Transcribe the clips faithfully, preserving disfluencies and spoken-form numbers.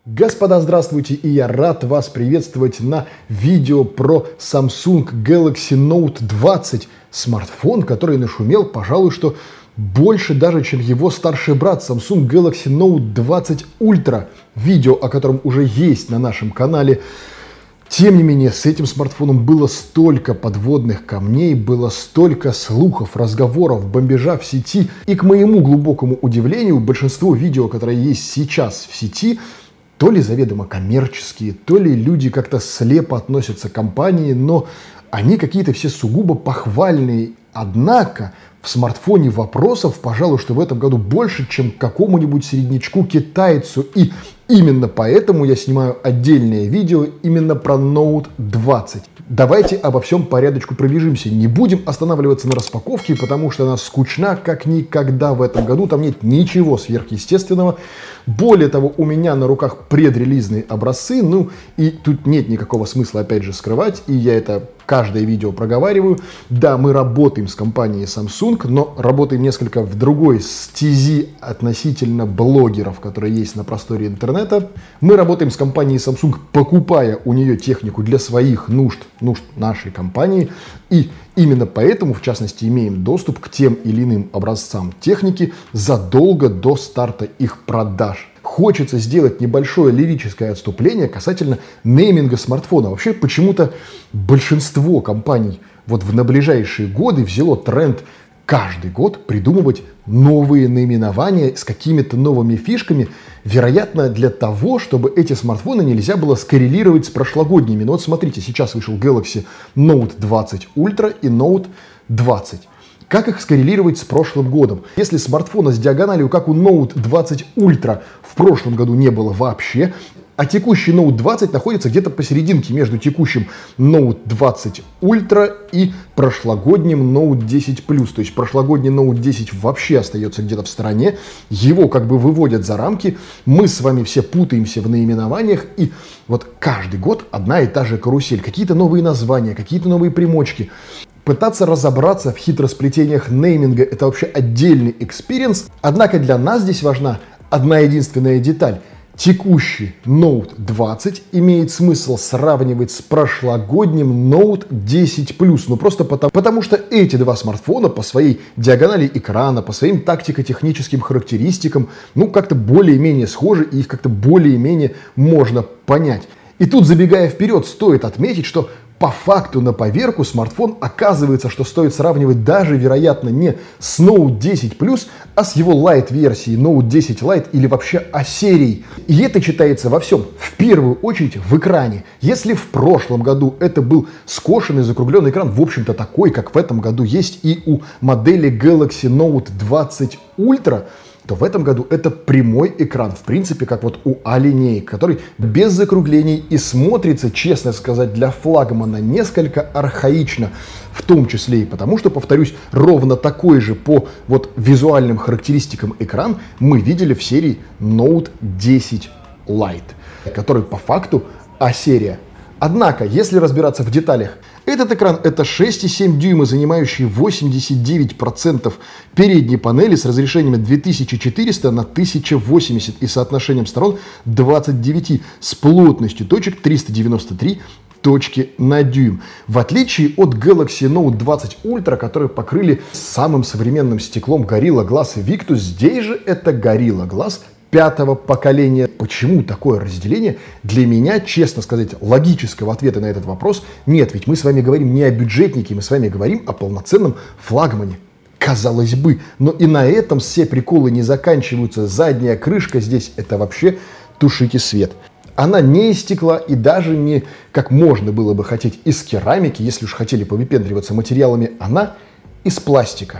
Господа, здравствуйте, и я рад вас приветствовать на видео про Samsung Galaxy Note двадцать, смартфон, который нашумел, пожалуй, что больше даже, чем его старший брат Samsung Galaxy Note двадцать Ultra, видео о котором уже есть на нашем канале. Тем не менее, с этим смартфоном было столько подводных камней, было столько слухов, разговоров, бомбежа в сети, и к моему глубокому удивлению, большинство видео, которые есть сейчас в сети, то ли заведомо коммерческие, то ли люди как-то слепо относятся к компании, но они какие-то все сугубо похвальные. Однако в смартфоне вопросов, пожалуй, что в этом году больше, чем какому-нибудь середнячку-китайцу. И именно поэтому я снимаю отдельное видео именно про Note двадцать. Давайте обо всем порядочку пробежимся. Не будем останавливаться на распаковке, потому что она скучна как никогда в этом году. Там нет ничего сверхъестественного. Более того, у меня на руках предрелизные образцы. Ну, и тут нет никакого смысла, опять же, скрывать. И я это каждое видео проговариваю. Да, мы работаем с компанией Samsung, но работаем несколько в другой стези относительно блогеров, которые есть на просторе интернета. Мы работаем с компанией Samsung, покупая у нее технику для своих нужд, нужд нашей компании. И именно поэтому, в частности, имеем доступ к тем или иным образцам техники задолго до старта их продаж. Хочется сделать небольшое лирическое отступление касательно нейминга смартфона. Вообще, почему-то большинство компаний вот в наближайшие годы взяло тренд каждый год придумывать новые наименования с какими-то новыми фишками, вероятно, для того, чтобы эти смартфоны нельзя было скоррелировать с прошлогодними. Но вот смотрите, сейчас вышел Galaxy Note двадцать Ultra и Note двадцать. Как их скоррелировать с прошлым годом? Если смартфона с диагональю, как у Note двадцать Ultra, в прошлом году не было вообще, а текущий Note двадцать находится где-то посерединке между текущим Note двадцать Ultra и прошлогодним Note десять плюс. То есть прошлогодний Note десять вообще остается где-то в стороне, его как бы выводят за рамки, мы с вами все путаемся в наименованиях, и вот каждый год одна и та же карусель, какие-то новые названия, какие-то новые примочки. Пытаться разобраться в хитросплетениях нейминга – это вообще отдельный экспириенс. Однако для нас здесь важна одна единственная деталь. Текущий Note двадцать имеет смысл сравнивать с прошлогодним Note десять плюс. Ну просто потому, потому что эти два смартфона по своей диагонали экрана, по своим тактико-техническим характеристикам, ну как-то более-менее схожи, и их как-то более-менее можно понять. И тут, забегая вперед, стоит отметить, что по факту на поверку смартфон оказывается, что стоит сравнивать даже, вероятно, не с Note десять плюс, а с его Lite-версией Note десять Lite или вообще А-серией. И это читается во всем, в первую очередь в экране. Если в прошлом году это был скошенный, закругленный экран, в общем-то такой, как в этом году есть и у модели Galaxy Note двадцать Ultra, то в этом году это прямой экран, в принципе, как вот у А-линеек, который без закруглений и смотрится, честно сказать, для флагмана несколько архаично, в том числе и потому, что, повторюсь, ровно такой же по вот визуальным характеристикам экран мы видели в серии Note десять Lite, который по факту А-серия. Однако, если разбираться в деталях, этот экран — это шесть и семь дюйма, занимающий восемьдесят девять процентов передней панели с разрешениями две тысячи четыреста на тысяча восемьдесят и соотношением сторон двадцать девять с плотностью точек триста девяносто три точки на дюйм. В отличие от Galaxy Note двадцать Ultra, которые покрыли самым современным стеклом Gorilla Glass Victus, здесь же это Gorilla Glass пятого поколения. Почему такое разделение? Для меня, честно сказать, логического ответа на этот вопрос нет. Ведь мы с вами говорим не о бюджетнике, мы с вами говорим о полноценном флагмане. Казалось бы, но и на этом все приколы не заканчиваются. Задняя крышка здесь — это вообще тушите свет. Она не из стекла и даже не, как можно было бы хотеть, из керамики, если уж хотели повыпендриваться материалами, она из пластика.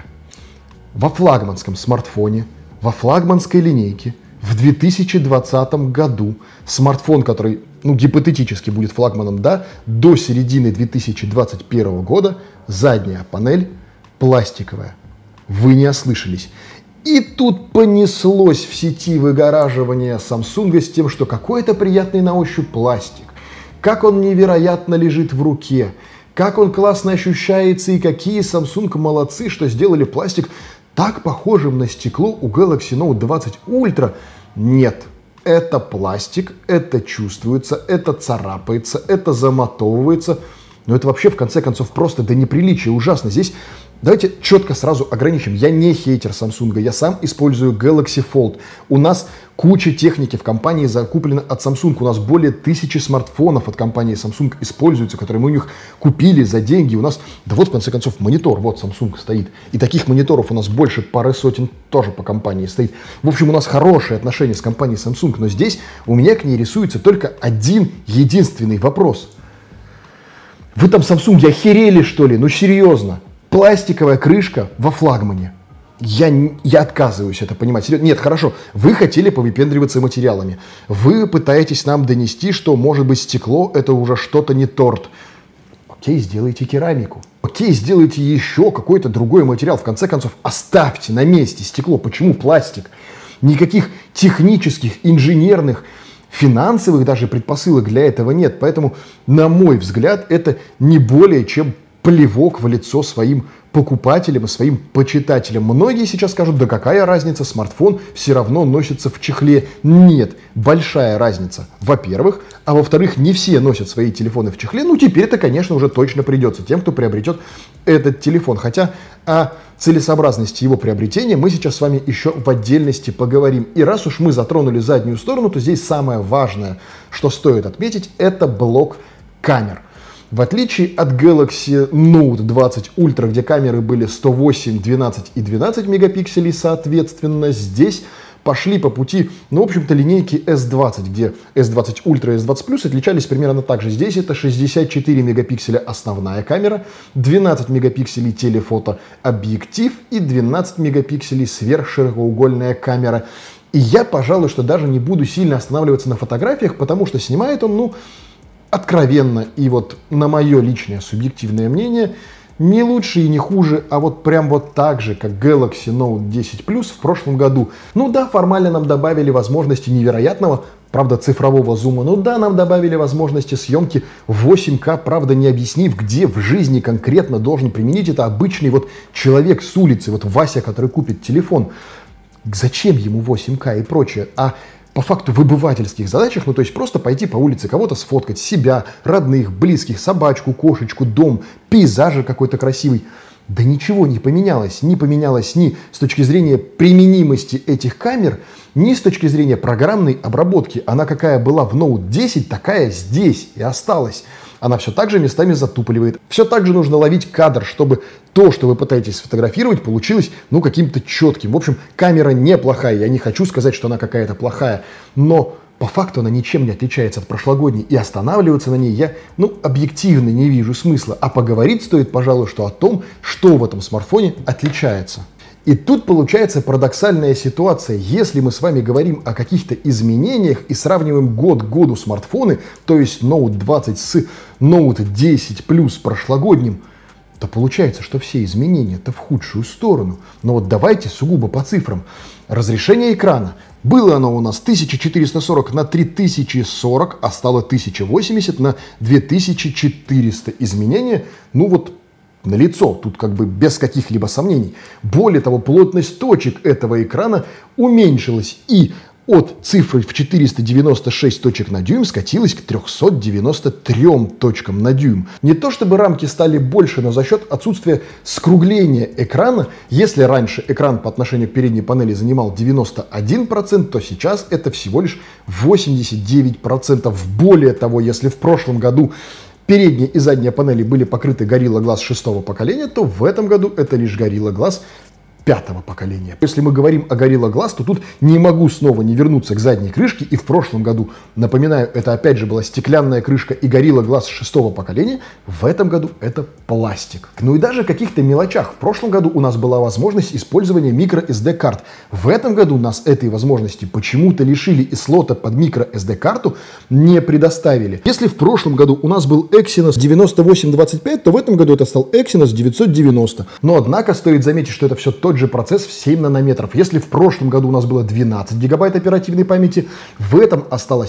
Во флагманском смартфоне, во флагманской линейке в две тысячи двадцатом году смартфон, который, ну, гипотетически будет флагманом, да, до середины две тысячи двадцать первого года, задняя панель пластиковая. Вы не ослышались. И тут понеслось в сети выгораживание Samsung с тем, что какой-то приятный на ощупь пластик, как он невероятно лежит в руке, как он классно ощущается и какие Samsung молодцы, что сделали пластик так похожим на стекло у Galaxy Note двадцать Ultra. Нет, Это пластик, это чувствуется, это царапается, это замотовывается. Но это вообще, в конце концов, просто до неприличия ужасно. Здесь давайте четко сразу ограничим. Я не хейтер Samsung, я сам использую Galaxy Fold. У нас куча техники в компании закуплена от Samsung. У нас более тысячи смартфонов от компании Samsung используются, которые мы у них купили за деньги. У нас, да вот, в конце концов, монитор, вот Samsung стоит. И таких мониторов у нас больше пары сотен тоже по компании стоит. В общем, у нас хорошие отношения с компанией Samsung, но здесь у меня к ней рисуется только один единственный вопрос. Вы там, Samsung, охерели, что ли? Ну, серьезно. Пластиковая крышка во флагмане. Я, я отказываюсь это понимать. Нет, хорошо, вы хотели повыпендриваться материалами. Вы пытаетесь нам донести, что, может быть, стекло – это уже что-то не торт. Окей, сделайте керамику. Окей, сделайте еще какой-то другой материал. В конце концов, оставьте на месте стекло. Почему пластик? Никаких технических, инженерных, финансовых даже предпосылок для этого нет. Поэтому, на мой взгляд, это не более чем плевок в лицо своим покупателям и своим почитателям. Многие сейчас скажут, да какая разница, смартфон все равно носится в чехле. Нет, большая разница, во-первых. А во-вторых, не все носят свои телефоны в чехле. Ну, теперь это, конечно, уже точно придется тем, кто приобретет этот телефон. Хотя о целесообразности его приобретения мы сейчас с вами еще в отдельности поговорим. И раз уж мы затронули заднюю сторону, то здесь самое важное, что стоит отметить, это блок камер. В отличие от Galaxy Note двадцать Ultra, где камеры были сто восемь, двенадцать и двенадцать мегапикселей соответственно, здесь пошли по пути, ну, в общем-то, линейки эс двадцать, где эс двадцать Ultra и эс двадцать Plus отличались примерно так же. Здесь это шестьдесят четыре мегапикселя основная камера, двенадцать мегапикселей телефотообъектив и двенадцать мегапикселей сверхширокоугольная камера. И я, пожалуй, что даже не буду сильно останавливаться на фотографиях, потому что снимает он, ну, откровенно, и вот на мое личное субъективное мнение, не лучше и не хуже, а вот прям вот так же, как Galaxy Note десять плюс в прошлом году. Ну да, формально нам добавили возможности невероятного, правда, цифрового зума. Ну да, нам добавили возможности съемки в восемь ка, правда, не объяснив, где в жизни конкретно должен применить это обычный вот человек с улицы, вот Вася, который купит телефон. Зачем ему восемь ка и прочее? А по факту в обывательских задачах, ну то есть просто пойти по улице, кого-то сфоткать, себя, родных, близких, собачку, кошечку, дом, пейзаж какой-то красивый. Да ничего не поменялось. Не поменялось ни с точки зрения применимости этих камер, ни с точки зрения программной обработки. Она какая была в Note десять, такая здесь и осталась. Она все так же местами затупливает. Все так же нужно ловить кадр, чтобы то, что вы пытаетесь сфотографировать, получилось, ну, каким-то четким. В общем, камера неплохая. Я не хочу сказать, что она какая-то плохая. Но по факту она ничем не отличается от прошлогодней. И останавливаться на ней я, ну, объективно не вижу смысла. А поговорить стоит, пожалуй, что о том, что в этом смартфоне отличается. И тут получается парадоксальная ситуация. Если мы с вами говорим о каких-то изменениях и сравниваем год к году смартфоны, то есть Note двадцать с Note десять плюс прошлогодним, то получается, что все изменения-то в худшую сторону. Но вот давайте сугубо по цифрам. Разрешение экрана. Было оно у нас тысяча четыреста сорок на три тысячи сорок, а стало тысяча восемьдесят на две тысячи четыреста. Изменения, ну вот, налицо, тут как бы без каких-либо сомнений. Более того, плотность точек этого экрана уменьшилась и от цифры в четыреста девяносто шесть точек на дюйм скатилась к трёмстам девяноста трём точкам на дюйм. Не то чтобы рамки стали больше, но за счет отсутствия скругления экрана, если раньше экран по отношению к передней панели занимал девяносто один процент, то сейчас это всего лишь восемьдесят девять процентов. Более того, если в прошлом году передняя и задняя панели были покрыты Gorilla Glass шестого поколения, то в этом году это лишь Gorilla Glass пятого поколения. Если мы говорим о Gorilla Glass, то тут не могу снова не вернуться к задней крышке. И в прошлом году, напоминаю, это опять же была стеклянная крышка и Gorilla Glass шестого поколения. В этом году это пластик. Ну и даже в каких-то мелочах. В прошлом году у нас была возможность использования microSD карт. В этом году нас этой возможности почему-то лишили и слота под microSD карту не предоставили. Если в прошлом году у нас был Exynos девяносто восемь двадцать пять, то в этом году это стал Exynos девятьсот девяносто. Но однако стоит заметить, что это все тот же процесс в семь нанометров. Если в прошлом году у нас было двенадцать гигабайт оперативной памяти, в этом осталось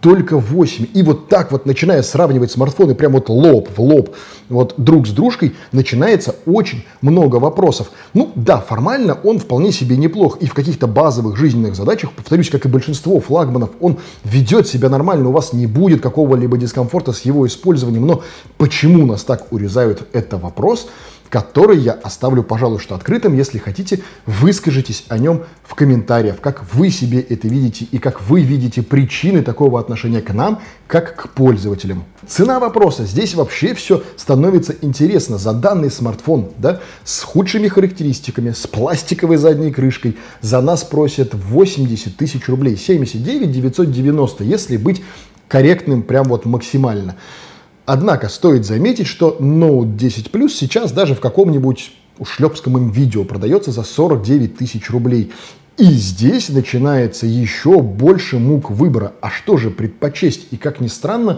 только восемь. И вот так вот, начиная сравнивать смартфоны прям вот лоб в лоб, вот друг с дружкой, начинается очень много вопросов. Ну да, формально он вполне себе неплох. И в каких-то базовых жизненных задачах, повторюсь, как и большинство флагманов, он ведет себя нормально, у вас не будет какого-либо дискомфорта с его использованием. Но почему нас так урезают, это вопрос, который я оставлю, пожалуй, что открытым. Если хотите, выскажитесь о нем в комментариях, как вы себе это видите и как вы видите причины такого отношения к нам, как к пользователям. Цена вопроса. Здесь вообще все становится интересно. За данный смартфон, да, с худшими характеристиками, с пластиковой задней крышкой, за нас просят восемьдесят тысяч рублей. семьдесят девять тысяч девятьсот девяносто, если быть корректным прям вот максимально. Однако стоит заметить, что ноут десять плюс сейчас даже в каком-нибудь ушлепском им видео продается за сорок девять тысяч рублей. И здесь начинается еще больше мук выбора. А что же предпочесть? И как ни странно,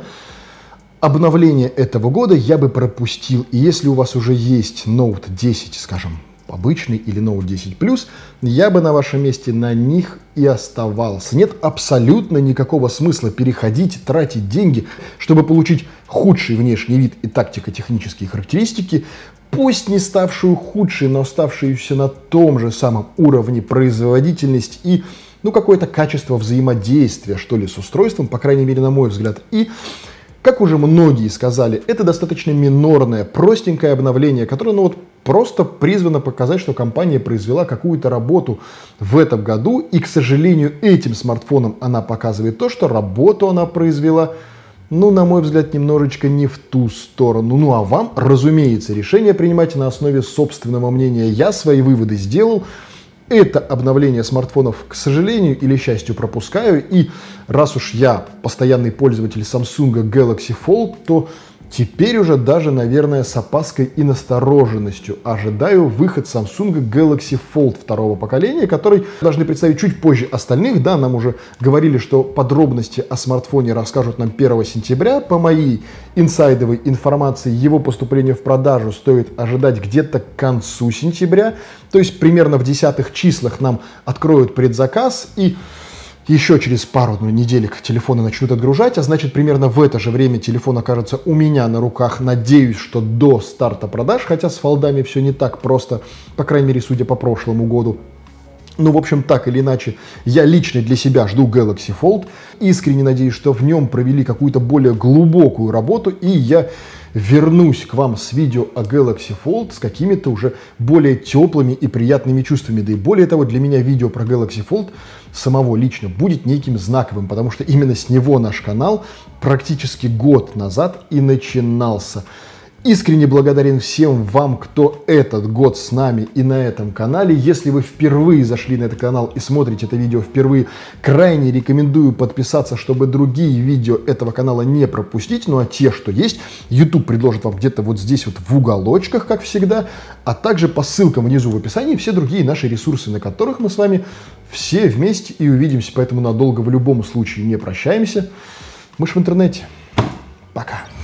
обновление этого года я бы пропустил. И если у вас уже есть ноут десять, скажем, обычный или ноут десять плюс, я бы на вашем месте на них и оставался. Нет абсолютно никакого смысла переходить, тратить деньги, чтобы получить худший внешний вид и тактико-технические характеристики, пусть не ставшую худшей, но оставшуюся на том же самом уровне производительность и ну, какое-то качество взаимодействия, что ли, с устройством, по крайней мере, на мой взгляд. И как уже многие сказали, это достаточно минорное, простенькое обновление, которое ну, вот, просто призвано показать, что компания произвела какую-то работу в этом году. И, к сожалению, этим смартфоном она показывает то, что работу она произвела, ну, на мой взгляд, немножечко не в ту сторону. Ну, а вам, разумеется, решение принимать на основе собственного мнения. Я свои выводы сделал. Это обновление смартфонов, к сожалению или счастью, пропускаю. И раз уж я постоянный пользователь Samsung Galaxy Fold, то теперь уже даже, наверное, с опаской и настороженностью ожидаю выход Samsung Galaxy Fold второго поколения, который должны представить чуть позже остальных. Да, нам уже говорили, что подробности о смартфоне расскажут нам первого сентября. По моей инсайдовой информации, его поступление в продажу стоит ожидать где-то к концу сентября. То есть примерно в десятых числах нам откроют предзаказ и еще через пару ну, неделек телефоны начнут отгружать, а значит, примерно в это же время телефон окажется у меня на руках. Надеюсь, что до старта продаж, хотя с фолдами все не так просто, по крайней мере, судя по прошлому году. Ну, в общем, так или иначе, я лично для себя жду Galaxy Fold. Искренне надеюсь, что в нем провели какую-то более глубокую работу, и я вернусь к вам с видео о Galaxy Fold с какими-то уже более теплыми и приятными чувствами. Да и более того, для меня видео про Galaxy Fold самого лично будет неким знаковым, потому что именно с него наш канал практически год назад и начинался. Искренне благодарен всем вам, кто этот год с нами и на этом канале. Если вы впервые зашли на этот канал и смотрите это видео впервые, крайне рекомендую подписаться, чтобы другие видео этого канала не пропустить. Ну а те, что есть, YouTube предложит вам где-то вот здесь вот в уголочках, как всегда, а также по ссылкам внизу в описании все другие наши ресурсы, на которых мы с вами все вместе и увидимся. Поэтому надолго в любом случае не прощаемся. Мы ж в интернете. Пока.